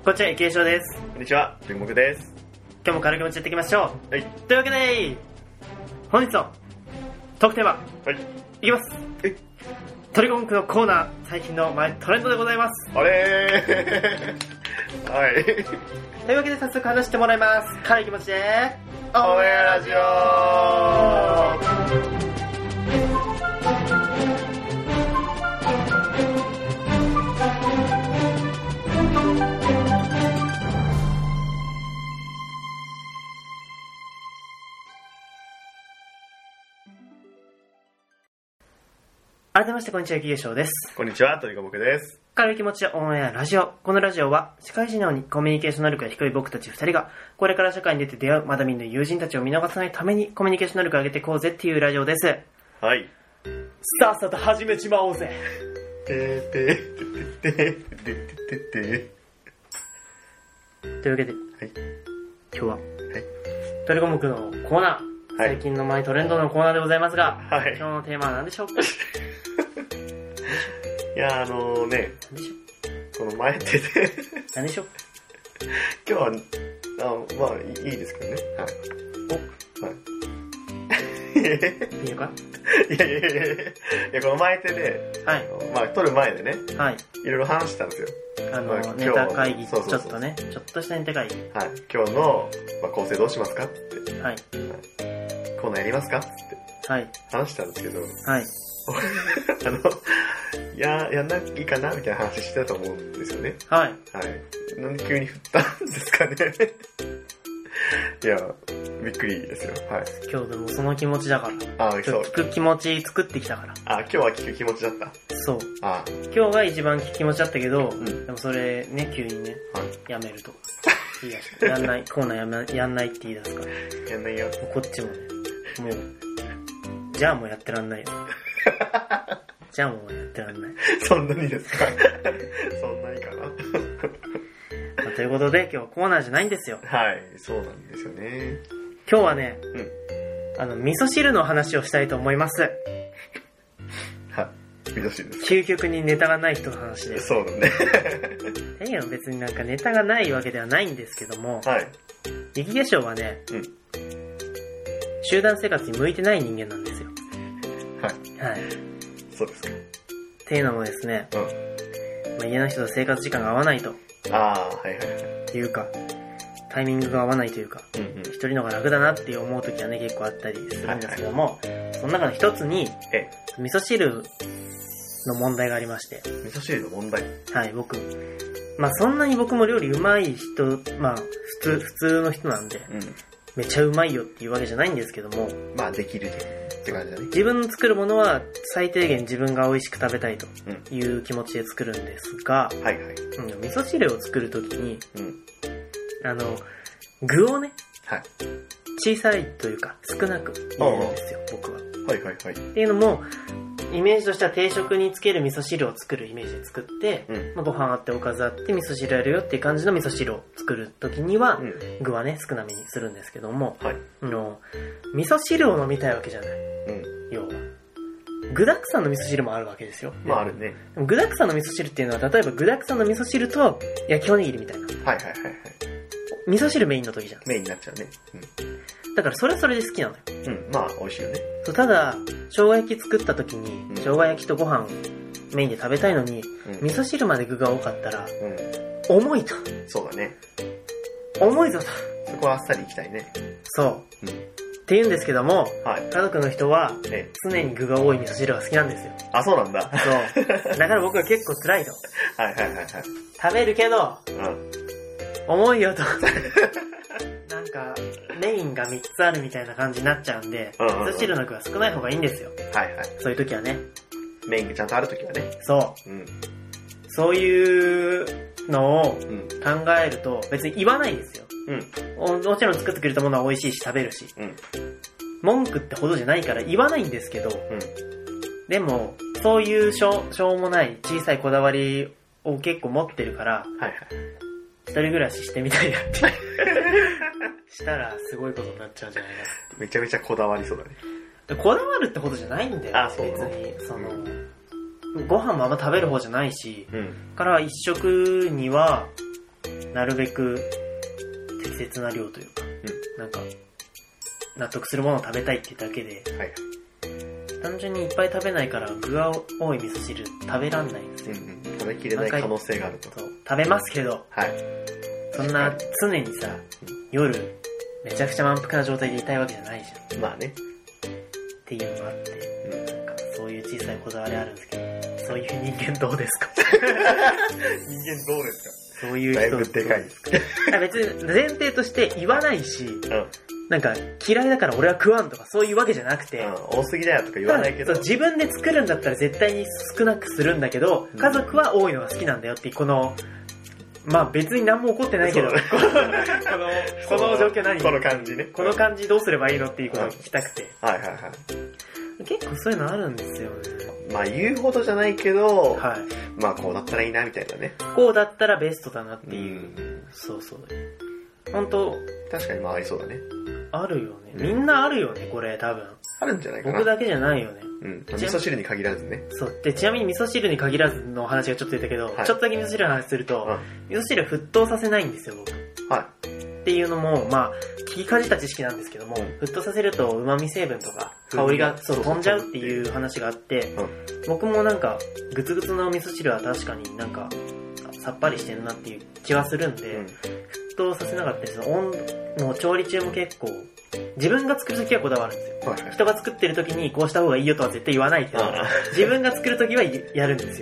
こんにちは、池江翔です。 こんにちは、りんもくです。 今日も軽く持ちやっていきましょう。 はい。 というわけで、本日のトークテーマ、 はい。 いきます。トリコンクのコーナー、最近のマイトレンドでございます。 あれーはい。 というわけで早速話してもらいます。軽い気持ちで、 オンエアラジオ。 改めましてこんにちは、池江翔です。 こんにちは、とりこもくです。 軽い気持ちでオンエアラジオ。このラジオは社会人なのにコミュニケーション能力が低い僕たち2人がこれから社会に出て出会うまだ見ぬ友人たちを見逃さないためにコミュニケーション能力を上げていこうぜっていうラジオです。 はい。 さっさと始めちまおうぜ。 てーてーてーてーてーてー。 というわけで、 はい。 今日は、 はい。 トリコムクのコーナー、 はい最近のマイトレンドのコーナーでございますが、 はい。 今日のテーマは何でしょうか？ いや、 何でしょう？ この前手で何でしょう？ 今日は、まあ、いいですけどね。はい。 お、 はい。 いいのか？ いや、この前手で、 はい。 まあ、撮る前でね、 はい。 いろいろ話したんですよ。 ネタ会議、ちょそうそうそうっとね、ちょっとしたネタ会議。 はい。今日の、構成どうしますかって。 はい。 コーナーやりますかってはい。 話したんですけど、 はい。 やんなきゃいいかなみたいな話してたと思うんですよね。 はい。 はい。なんで急に振ったんですかね。いや、びっくりですよ。はい。 今日でもその気持ちだから。 そう。 聞く気持ち作ってきたから。 今日は聞く気持ちだった。 そう。今日が一番聞く気持ちだったけど、 んでもそれね、急にね、 はい。 やめると。言い出した。やんない、コーナーやんないって言い出すから。 やんないよ。 もうこっちもね、もう、じゃあもうやってらんないよ。じゃあもうやってらんない。 そんなにですか？そんなにかな。 ということで、今日はコーナーじゃないんですよ。 はい、そうなんですよね。 今日はね、味噌汁の話をしたいと思います。 はい、味噌汁です。 究極にネタがない人の話です。 そうだね。 いや別になんかネタがないわけではないんですけども、 はい。 雪化粧はね、集団生活に向いてない人間なんですよ。 はい。 はい。 そうですか。 っていうのもですね、家の人と生活時間が合わないと。 はいはいはい。 っていうか、タイミングが合わないというか、一人の方が楽だなって思う時はね、結構あったりするんですけども、その中の一つに、味噌汁の問題がありまして。 味噌汁の問題？ はい、そんなに僕も料理うまい人、普通の人なんで、めちゃうまいよっていうわけじゃないんですけども、 できるって感じだね。 自分の作るものは最低限自分が美味しく食べたいという気持ちで作るんですが、 はいはい。 味噌汁を作るときに、具をね、小さいというか少なく入れるんですよ、僕は。 はいはいはい。 っていうのも、イメージとしては定食につける味噌汁を作るイメージで作って、ご飯あっておかずあって味噌汁やるよっていう感じの味噌汁を作るときには、具はね少なめにするんですけども、味噌汁を飲みたいわけじゃない。要は具沢山の味噌汁もあるわけですよ。 あるね。 具沢山の味噌汁っていうのは、例えば具沢山の味噌汁と焼きおにぎりみたいな。 はいはいはいはい。 味噌汁メインの時じゃん。 メインになっちゃうね。 だからそれはそれで好きなのよ。 美味しいよね。 ただ、生姜焼き作った時に、生姜焼きとご飯メインで食べたいのに、味噌汁まで具が多かったら、重いと。 そうだね。 重いぞと。 そこはあっさりいきたいね。 そう。って言うんですけども、家族の人は、常に具が多い味噌汁が好きなんですよ。 あ、そうなんだ。 そう。だから僕は結構辛いと。 はいはいはいはい。 食べるけど、重いよと。なんか、メインが3つあるみたいな感じになっちゃうんで、味噌汁の具は少ない方がいいんですよ。 はいはい。 そういう時はね。 メインがちゃんとある時はね。 そう。そういうのを考えると、別に言わないですよ。もちろん作ってくれたものは美味しいし食べるし。文句ってほどじゃないから言わないんですけど、でも、そういうしょうもない小さいこだわりを結構持ってるから、一人暮らししてみたいなってしたらすごいことになっちゃうんじゃないかな。 めちゃめちゃこだわりそうだね。 こだわるってほどじゃないんだよ。別にご飯もあんま食べる方じゃないし、から一食にはなるべく適切な量というか、なんか、納得するものを食べたいっていうだけで、はい、単純にいっぱい食べないから具が多い味噌汁食べらんないんですよ。 食べきれない可能性があると。 食べますけど、はい、そんな常にさ、夜めちゃくちゃ満腹な状態でいたいわけじゃないじゃん。 まあね。 っていうのがあって、なんかそういう小さいこだわりあるんですけど、そういう人間どうですか？ 人間どうですか？ そういう人。だいぶでかいですか？ 別に前提として言わないし、なんか嫌いだから俺は食わんとかそういうわけじゃなくて、 多すぎだよとか言わないけど、 自分で作るんだったら絶対に少なくするんだけど、家族は多いのが好きなんだよっていうこの、まあ別に何も起こってないけど、この状況何？ この感じね。 この感じどうすればいいのっていうことを聞きたくて。 はいはいはい。 結構そういうのあるんですよね。 まあ言うほどじゃないけど、はい、まあこうだったらいいなみたいなね。 こうだったらベストだなっていう。そうそう。本当確かにまあありそうだね。 あるよね。みんなあるよね、これ多分。 あるんじゃないかな。 僕だけじゃないよね。 味噌汁に限らずね。 そう。で、ちなみに味噌汁に限らずの話がちょっと出たけど、はい、ちょっとだけ味噌汁の話すると、味噌汁沸騰させないんですよ、僕。はい。っていうのも、まあ、聞きかじった知識なんですけども、沸騰させると旨味成分とか香りが飛んじゃうっていう話があって、僕もなんか、グツグツの味噌汁は確かになんか、さっぱりしてるなっていう気はするんで、沸騰させなかったりする。もう調理中も結構、自分が作るときはこだわるんですよ。人が作ってるときにこうした方がいいよとは絶対言わないけど、自分が作るときはやるんですよ。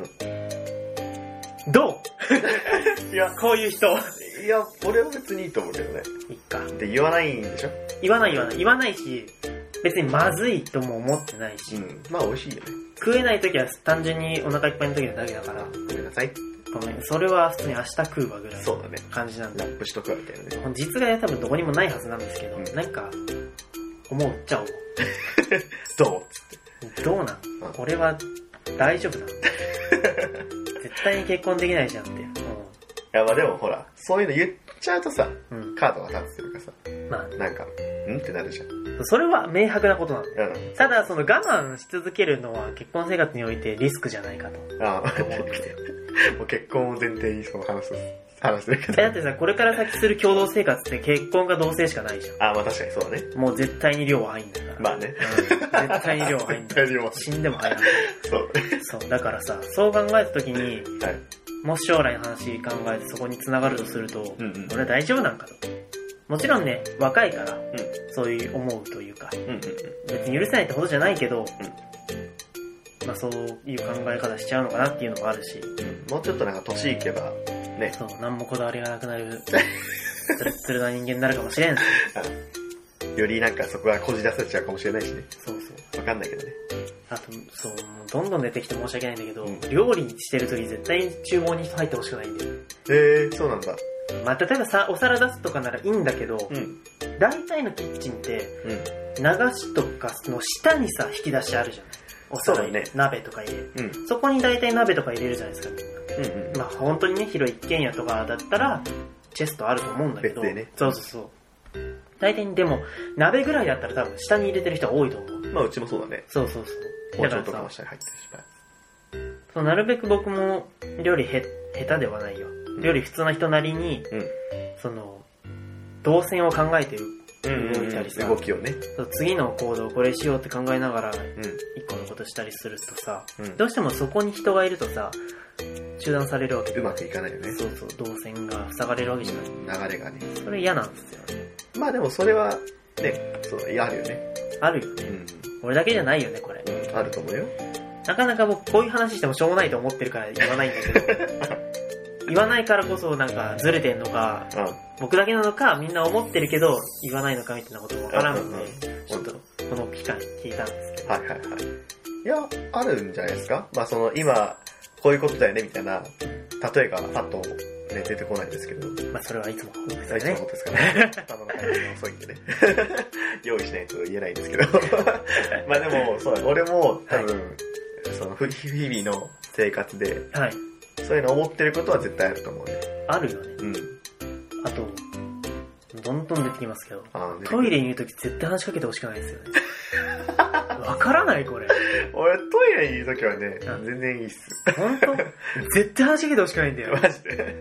どう？いや、こういう人。 いや、俺は別にいいと思うけどね。 いっか。 で、言わないんでしょ？ 言わないし、別にまずいとも思ってないし。 まあ美味しいよね。 食えないときは単純にお腹いっぱいのときだけだから。 ごめんなさい。 ごめん、それは普通に明日食うわぐらいの感じなんで。 ラップしとくわみたいなね。 実害は多分どこにもないはずなんですけど、なんか、思うっちゃう。 どうどうなん？俺は大丈夫なの？絶対に結婚できないじゃんって。いや、まあでもほら、そういうの言っちゃうとさ、カードが立つというかさ、まあ、なんか、ってなるじゃん。 それは明白なことなんだよ。ただ、その我慢し続けるのは結婚生活においてリスクじゃないかと。思ってもう結婚を前提にその話するけど。 だってさ、これから先する共同生活って結婚か同棲しかないじゃん。 まあ確かにそうだね。 もう絶対に量は入んだから。 まあね。 絶対に量は入んだから。死んでも入らない。そう。だからさ、そう考えたときに、もし将来の話考えてそこに繋がるとすると、俺は大丈夫なんかと。もちろんね、若いから、そういう思うというか、別に許せないってほどじゃないけど、まあそういう考え方しちゃうのかなっていうのもあるし、 もうちょっとなんか年いけば、ね。 そう、何もこだわりがなくなる、ツルツルな人間になるかもしれんし。 よりなんかそこがこじ出されちゃうかもしれないしね。 そう。 わかんないけどね。 あと、そう、どんどん出てきて申し訳ないんだけど、料理してるとき絶対に厨房に人入ってほしくないんだよ。 そうなんだ。 まあ、例えばさ、お皿出すとかならいいんだけど、大体のキッチンって、流しとかの下にさ、引き出しあるじゃん。お皿に、鍋とか入れる。そこに大体鍋とか入れるじゃないですか、みんな。まあ本当にね、広い一軒家とかだったら、チェストあると思うんだけど、そう。大体にでも、鍋ぐらいだったら多分下に入れてる人は多いと思う。 まあうちもそうだね。 そう。 包丁とかも下に入ってるし、 そう、なるべく僕も料理下手ではないよ。料理普通な人なりに、その、動線を考えて動いたりさ、 動きをね。 次の行動これしようって考えながら、一個のことしたりするとさ、どうしてもそこに人がいるとさ、中断されるわけうまくいかないよね。 そう、動線が塞がれるわけじゃない。 流れがね。 それ嫌なんですよね。 まあでもそれは、ね、そう、あるよね。 あるよね。俺だけじゃないよね、これ。 あると思うよ。 なかなか僕こういう話してもしょうもないと思ってるから言わないんだけど、言わないからこそなんかずれてんのか、僕だけなのかみんな思ってるけど言わないのかみたいなこともわからんので、ちょっとこの機会聞いたんですけど。 いや、あるんじゃないですか。まあその今、こういうことだよねみたいな、例えがパッとね、出てこないですけど。 まあそれはいつもですかね。いつもですかね。頭の回転が遅いんでね。用意しないと言えないんですけど。まあでも、そうだ、俺も多分、その日々の生活で、そういうの思ってることは絶対あると思うね。 あるよね。あと、どんどん出てきますけど、トイレにいるとき絶対話しかけてほしくないですよね。わからないこれ。 俺トイレにいるときはね、全然いいっす。 本当？絶対話しかけてほしくないんだよ。 マジで。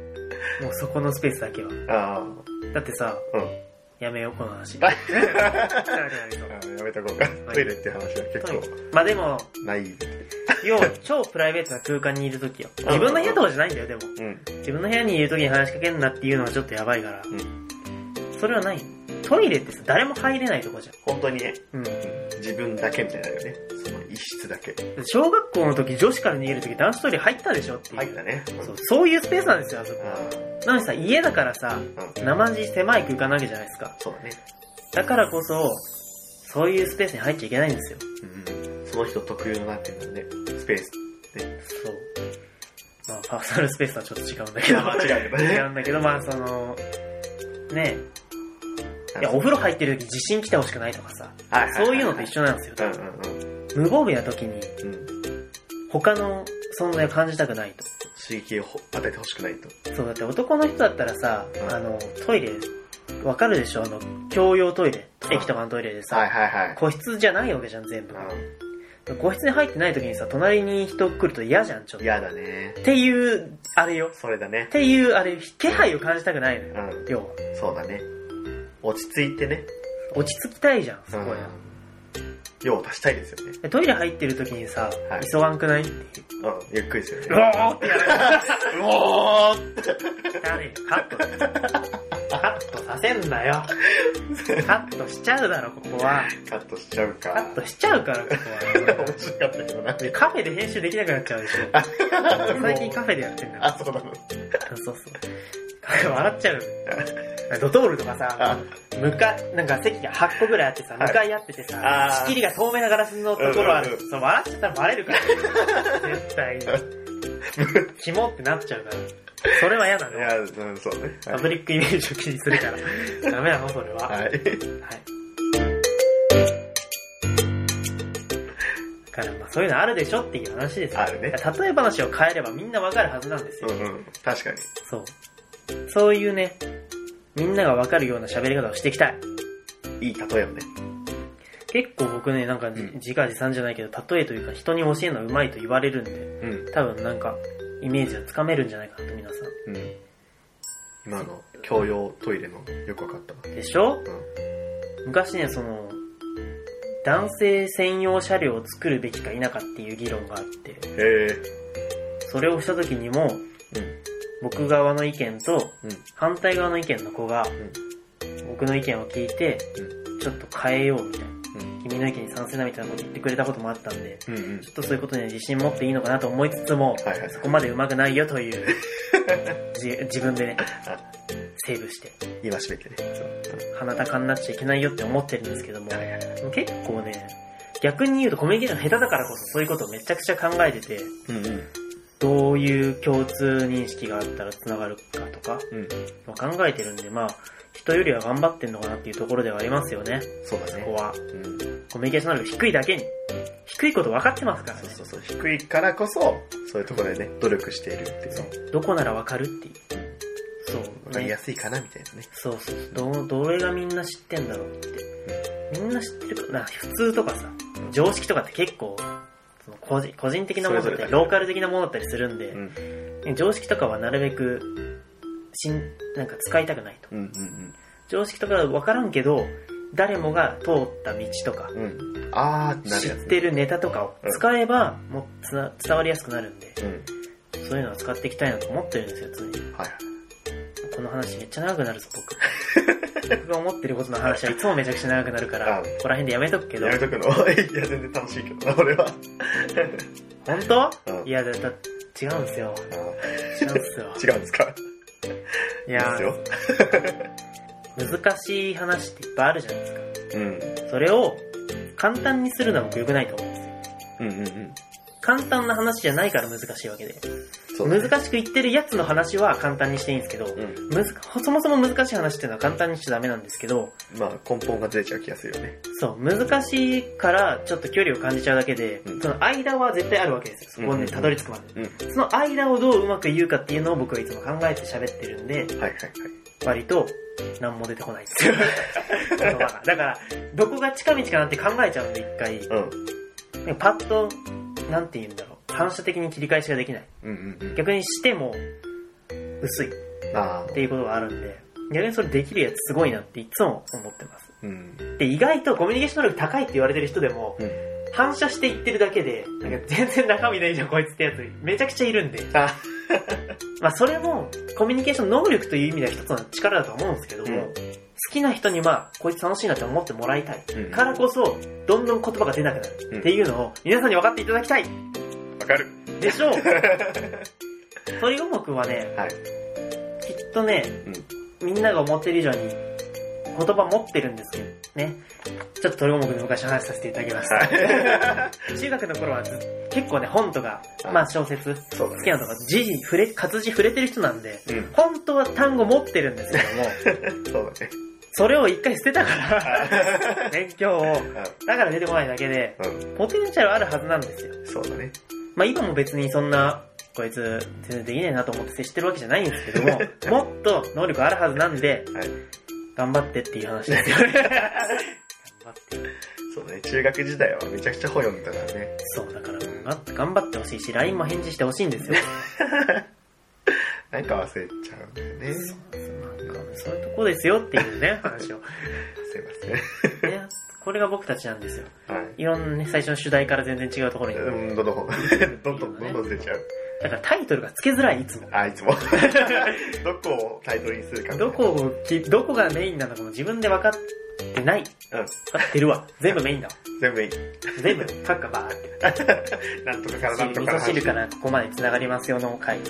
もうそこのスペースだけは。だってさ、やめようこの話。やめとこうか。トイレって話は結構。 まあでも、 ない。 要は超プライベートな空間にいるときよ。自分の部屋とかじゃないんだよ、でも。自分の部屋にいるときに話しかけんなっていうのはちょっとやばいから。それはない。トイレってさ、誰も入れないとこじゃん。 本当にね。自分だけみたいなよね。その一室だけ。 小学校の時女子から逃げる時男子トイレ入ったでしょっていう。 入ったね。 そういうスペースなんですよ、あそこ。なのにさ、家だからさ、生地狭い空間なわけじゃないですか。 そうだね。 だからこそ、そういうスペースに入っちゃいけないんですよ。 その人特有のなんていうのね、スペース。ね。 そう。まあ、パーソナルスペースはちょっと違うんだけど。違うんだけど、まあその、ねいや、お風呂入ってる時地震来てほしくないとかさ、そういうのと一緒なんですよ。無防備な時に、他の存在を感じたくないと。 刺激を与えてほしくないと。 そう、だって男の人だったらさ、トイレ、わかるでしょ共用トイレ。駅とかのトイレでさ、個室じゃないわけじゃん、全部。個室に入ってない時にさ、隣に人来ると嫌じゃん、ちょっと。 嫌だね。 っていう、あれよ。 それだね。 っていう、あれ、気配を感じたくないのよ。要は。 そうだね。落ち着いてね。 落ち着きたいじゃん、そこや。 用を足したいですよね。 トイレ入ってる時にさ、急がんくないっていう。 ゆっくりするね。 うおーってやる。 うおーって。 カットさせんなよ。カットしちゃうだろ、ここは。 カットしちゃうか。 カットしちゃうから、ここは。 面白かったけどな。 カフェで編集できなくなっちゃうでしょ。最近カフェでやってんだ。 そうなの。 そう。笑っちゃう。ドトールとかさ、なんか席が8個ぐらいあってさ、向かい合っててさ、仕切りが透明なガラスのところある。そう、笑っちゃったらバレるから。絶対に。キモってなっちゃうから。それは嫌だね。 そうね。 パブリックイメージを気にするから。ダメなの、それは。はい。だからまあそういうのあるでしょっていう話ですよ。 あるね。 例え話を変えればみんなわかるはずなんですよ。 確かに。 そう。そういうね、みんながわかるような喋り方をしていきたい。 いい例えをね。 結構僕ね、なんか自画自賛じゃないけど、例えというか人に教えるのはうまいと言われるんで、多分なんかイメージはつかめるんじゃないかなと皆さん。 今の共用トイレのよくわかった。 でしょ？昔ね、その、男性専用車両を作るべきか否かっていう議論があって、それをした時にも、僕側の意見と、反対側の意見の子が、僕の意見を聞いて、ちょっと変えようみたいな、君の意見に賛成だみたいなこと言ってくれたこともあったんで、ちょっとそういうことには自信持っていいのかなと思いつつも、そこまで上手くないよという、自分でね、セーブして。 今しめてね。 鼻高になっちゃいけないよって思ってるんですけども、結構ね、逆に言うとコミュニケーション下手だからこそそういうことをめちゃくちゃ考えてて、どういう共通認識があったら繋がるかとか、考えてるんで、まあ、人よりは頑張ってんのかなっていうところではありますよね。 そうだね。 そこは。コミュニケーション能力低いだけに。低いこと分かってますからね。 そう。低いからこそ、そういうところでね、努力しているっていう。 どこなら分かるっていう。そう、ね。 分かりやすいかなみたいなね。 そう。どれがみんな知ってんだろうって。みんな知ってるかな。普通とかさ、常識とかって結構、個人的なものだったり、ローカル的なものだったりするんで、常識とかはなるべく、なんか使いたくないと。常識とかは分からんけど、誰もが通った道とか、知ってるネタとかを使えば、もう伝わりやすくなるんで、そういうのは使っていきたいなと思ってるんですよ、常に。この話めっちゃ長くなるぞ、僕。僕が思ってることの話はいつもめちゃくちゃ長くなるから、ここら辺でやめとくけど。 やめとくの？いや、全然楽しいけどな、俺は。 本当？いや、違うんですよ。違うんですよ。 違うんですか？ いや、難しい話っていっぱいあるじゃないですか。それを簡単にするのは僕良くないと思うんですよ。簡単な話じゃないから難しいわけで。難しく言ってるやつの話は簡単にしていいんですけど、そもそも難しい話っていうのは簡単にしちゃダメなんですけど、 まあ根本がずれちゃう気がするよね。 そう、難しいからちょっと距離を感じちゃうだけで、その間は絶対あるわけですよ。そこにたどり着くまで。その間をどううまく言うかっていうのを僕はいつも考えて喋ってるんで、割と何も出てこないんですよ。言葉が。だから、どこが近道かなって考えちゃうんで一回、パッと、なんて言うんだろう。反射的に切り返しができない。逆にしても、薄い。 っていうことがあるんで、逆にそれできるやつすごいなっていつも思ってます。で、意外とコミュニケーション能力高いって言われてる人でも、反射して言ってるだけで、なんか全然中身ないじゃんこいつってやつめちゃくちゃいるんで。まあそれもコミュニケーション能力という意味では一つの力だと思うんですけども、好きな人にこいつ楽しいなって思ってもらいたいからこそ、どんどん言葉が出なくなるっていうのを皆さんに分かっていただきたい。 わかる。 でしょう。鳥五目はね、きっとね、みんなが思ってる以上に言葉持ってるんですけどね。ちょっと鳥五目の昔話させていただきます。中学の頃は結構ね、本とか、まあ小説、好きなとか、活字触れてる人なんで、本当は単語持ってるんですけども、そうだね。それを一回捨てたから、勉強を。だから出てこないだけで、ポテンシャルあるはずなんですよ。 そうだね。 まあ今も別にそんな、こいつ全然できねえなと思って接してるわけじゃないんですけども、もっと能力あるはずなんで、頑張ってっていう話ですよね。頑張って。 そうね、中学時代はめちゃくちゃ本読んでたからね。 そう、だから頑張ってほしいし、LINE も返事してほしいんですよ。 なんか忘れちゃうんだよね。 そういうとこですよっていうね、話を。 すいません。 ね、これが僕たちなんですよ。いろんなね、最初の主題から全然違うところに。 どんどん出ちゃう。 だからタイトルが付けづらい、いつも。 いつも。どこをタイトルにするか。 どこがメインなのかも自分で分かってない。分かってるわ。全部メインだわ。 全部メイン。 全部、カッカバーって。 なんとかからなんとか。 味噌汁からここまで繋がりますよの回。 味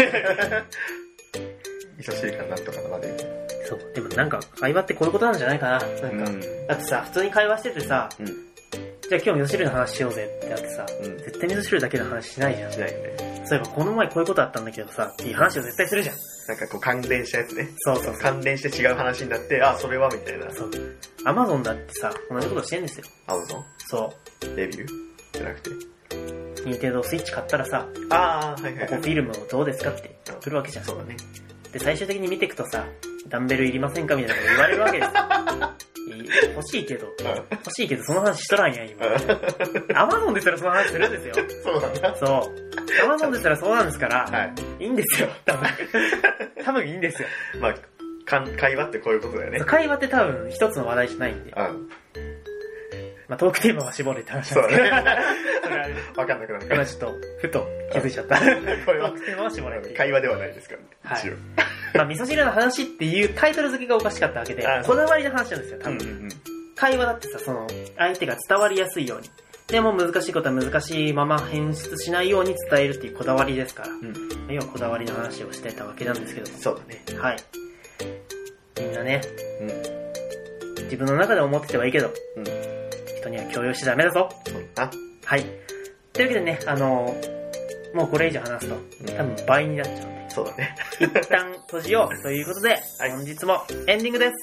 噌汁からなんとかまで。 そう。でもなんか、会話ってこういうことなんじゃないかな。なんか、だってさ、普通に会話しててさ、じゃあ今日味噌汁の話しようぜってなってさ、絶対味噌汁だけの話しないじゃん。 しないね。 そういえばこの前こういうことあったんだけどさ、っていう話を絶対するじゃん。 なんかこう関連したやつね。 そう。 関連して違う話になって、それはみたいな。 そう。Amazon だってさ、同じことしてんですよ。 Amazon？ そう。 レビューじゃなくて。 ニンテンドースイッチ買ったらさ、ここフィルムをどうですかって来るわけじゃん。 そうだね。 で、最終的に見ていくとさ、ダンベルいりませんかみたいなこと言われるわけですよ。欲しいけど、その話しとらんや、今。Amazon ですらその話するんですよ。 そうなんだ。 そう。Amazon ですらそうなんですから、いいんですよ、多分いいんですよ。 まあ、会話ってこういうことだよね。 会話って多分一つの話題じゃないんで。まあ、トークテーマは絞れって話なんですけど。そうだね。わかんなくなるから。 今ちょっと、ふと気づいちゃった。 これはトークテーマは絞れって会話ではないですからね。一応。 まあ、味噌汁の話っていうタイトル付けがおかしかったわけで、こだわりの話なんですよ、多分。会話だってさ、相手が伝わりやすいように。でも難しいことは難しいまま変質しないように伝えるっていうこだわりですから。要はこだわりの話をしてたわけなんですけど。 そうだね。 はい。みんなね、自分の中で思っててはいいけど、人には強要しちゃダメだぞ。はい。というわけでね、もうこれ以上話すと、多分倍になっちゃうんで。 そうだね。 一旦閉じようということで、本日もエンディングです。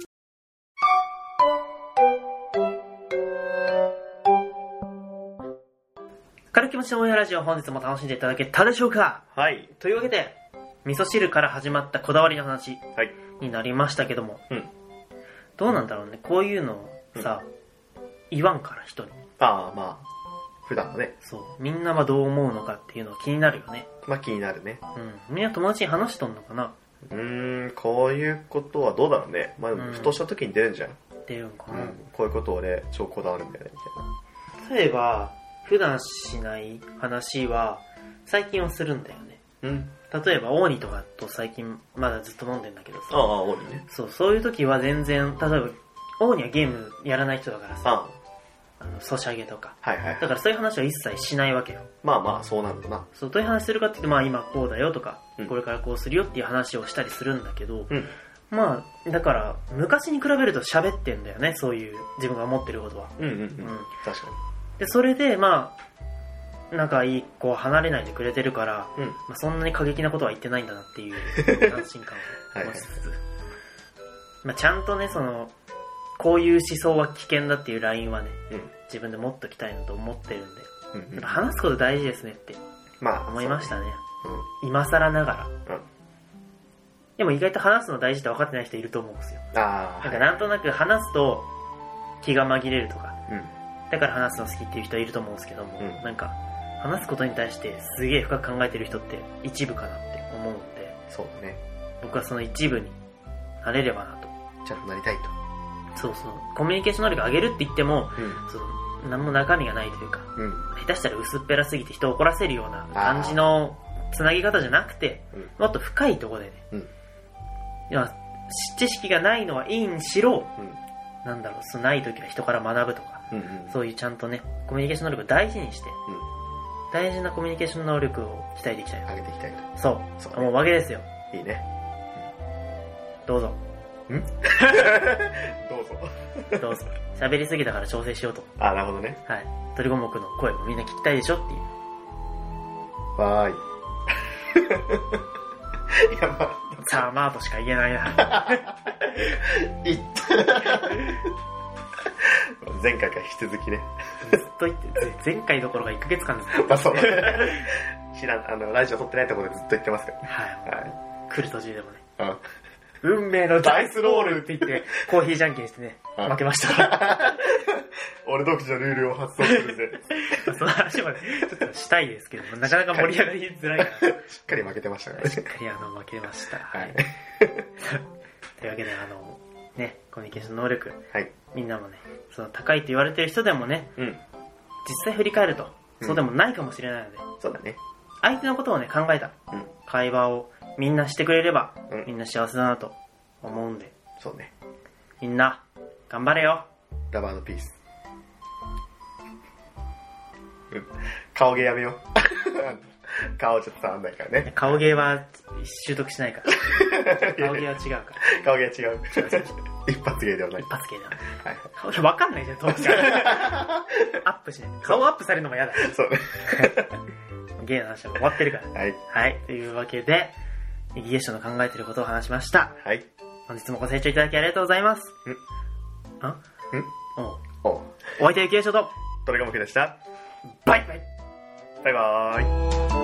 軽気持ちのオンエアラジオ、本日も楽しんでいただけたでしょうか？ はい。 というわけで、味噌汁から始まったこだわりの話になりましたけども、どうなんだろうね、こういうのをさ、言わんから人に。 まあ、普段はね。 そう。みんなはどう思うのかっていうのは気になるよね。 まあ気になるね。 みんな友達に話しとんのかな？ こういうことはどうだろうね。まあ、ふとした時に出るんじゃん。 出るんかな。 こういうこと俺超こだわるんだよね、みたいな。例えば、普段しない話は、最近はするんだよね。例えば、オーニとかと最近まだずっと飲んでんだけどさ。 オーニね。 そういう時は全然、例えば、オーニはゲームやらない人だからさ。ソシャゲとか。だからそういう話は一切しないわけよ。 まあ、そうなんだな。 どういう話するかって言って、まあ今こうだよとか、これからこうするよっていう話をしたりするんだけど、まあ、だから、昔に比べると喋ってんだよね、そういう自分が思ってることは。 確かに。 で、それで、まあ、仲いい子は離れないでくれてるから、まあ、そんなに過激なことは言ってないんだなっていう安心感を持ちつつ、まあ、ちゃんとね、こういう思想は危険だっていうラインはね、自分で持っときたいなと思ってるんで、話すこと大事ですねって思いましたね。今更ながら。でも意外と話すの大事って分かってない人いると思うんですよ。なんとなく話すと気が紛れるとか、だから話すの好きっていう人いると思うんですけども、なんか話すことに対してすげえ深く考えてる人って一部かなって思うんで、 そうだね。 僕はその一部になれればなと。 ちゃんとなりたいと。 そうそう。コミュニケーション能力上げるって言っても、その何も中身がないというか、下手したら薄っぺらすぎて人を怒らせるような感じのつなぎ方じゃなくて、もっと深いところでね、いや知識がないのはいいにしろ、なんだろう、そのない時は人から学ぶとか、そういうちゃんとね、コミュニケーション能力を大事にして、大事なコミュニケーション能力を鍛えていきたい。 上げていきたいと。 そう。もうわけですよ。 いいね。 どうぞ。 どうぞ。 どうぞ。喋りすぎたから調整しようと。 なるほどね。 はい。鳥五目の声もみんな聞きたいでしょっていう。 わーい。いや、 さあまあとしか言えないな。 前回から引き続きね。 ずっと言って、前回どころか1ヶ月間ずっと。 まあそうね。ラジオ撮ってないところでずっと言ってますから。 はい。来る途中でもね。運命のダイスロールって言って、コーヒーじゃんけんしてね、負けました。 俺独自のルールを発動するぜ。 その話までちょっとしたいですけども、なかなか盛り上がりづらいから。 しっかり負けてましたからね。 しっかり負けました。はい。というわけで、ね、コミュニケーション能力。はい。みんなもね、その高いと言われてる人でもね、実際振り返ると、そうでもないかもしれないので。 そうだね。 相手のことをね、考えた。会話をみんなしてくれれば、みんな幸せだなと思うんで。 そうね。 みんな、頑張れよ。 ラバーのピース。顔芸やめよう。顔ちょっと触んないからね。 顔芸は習得しないから。顔芸は違うから。 顔芸は違う。一発芸ではない。 一発芸ではない。顔芸わかんないじゃん、当時から。アップしない。顔アップされるのも嫌だ。 そうね。 芸の話は終わってるから。はい。はい。というわけで、右ゲストの考えてることを話しました。はい。本日もご清聴いただきありがとうございます。お相手は右ゲストと、 鳥が向けでした。 バイバイ。 バイバーイ。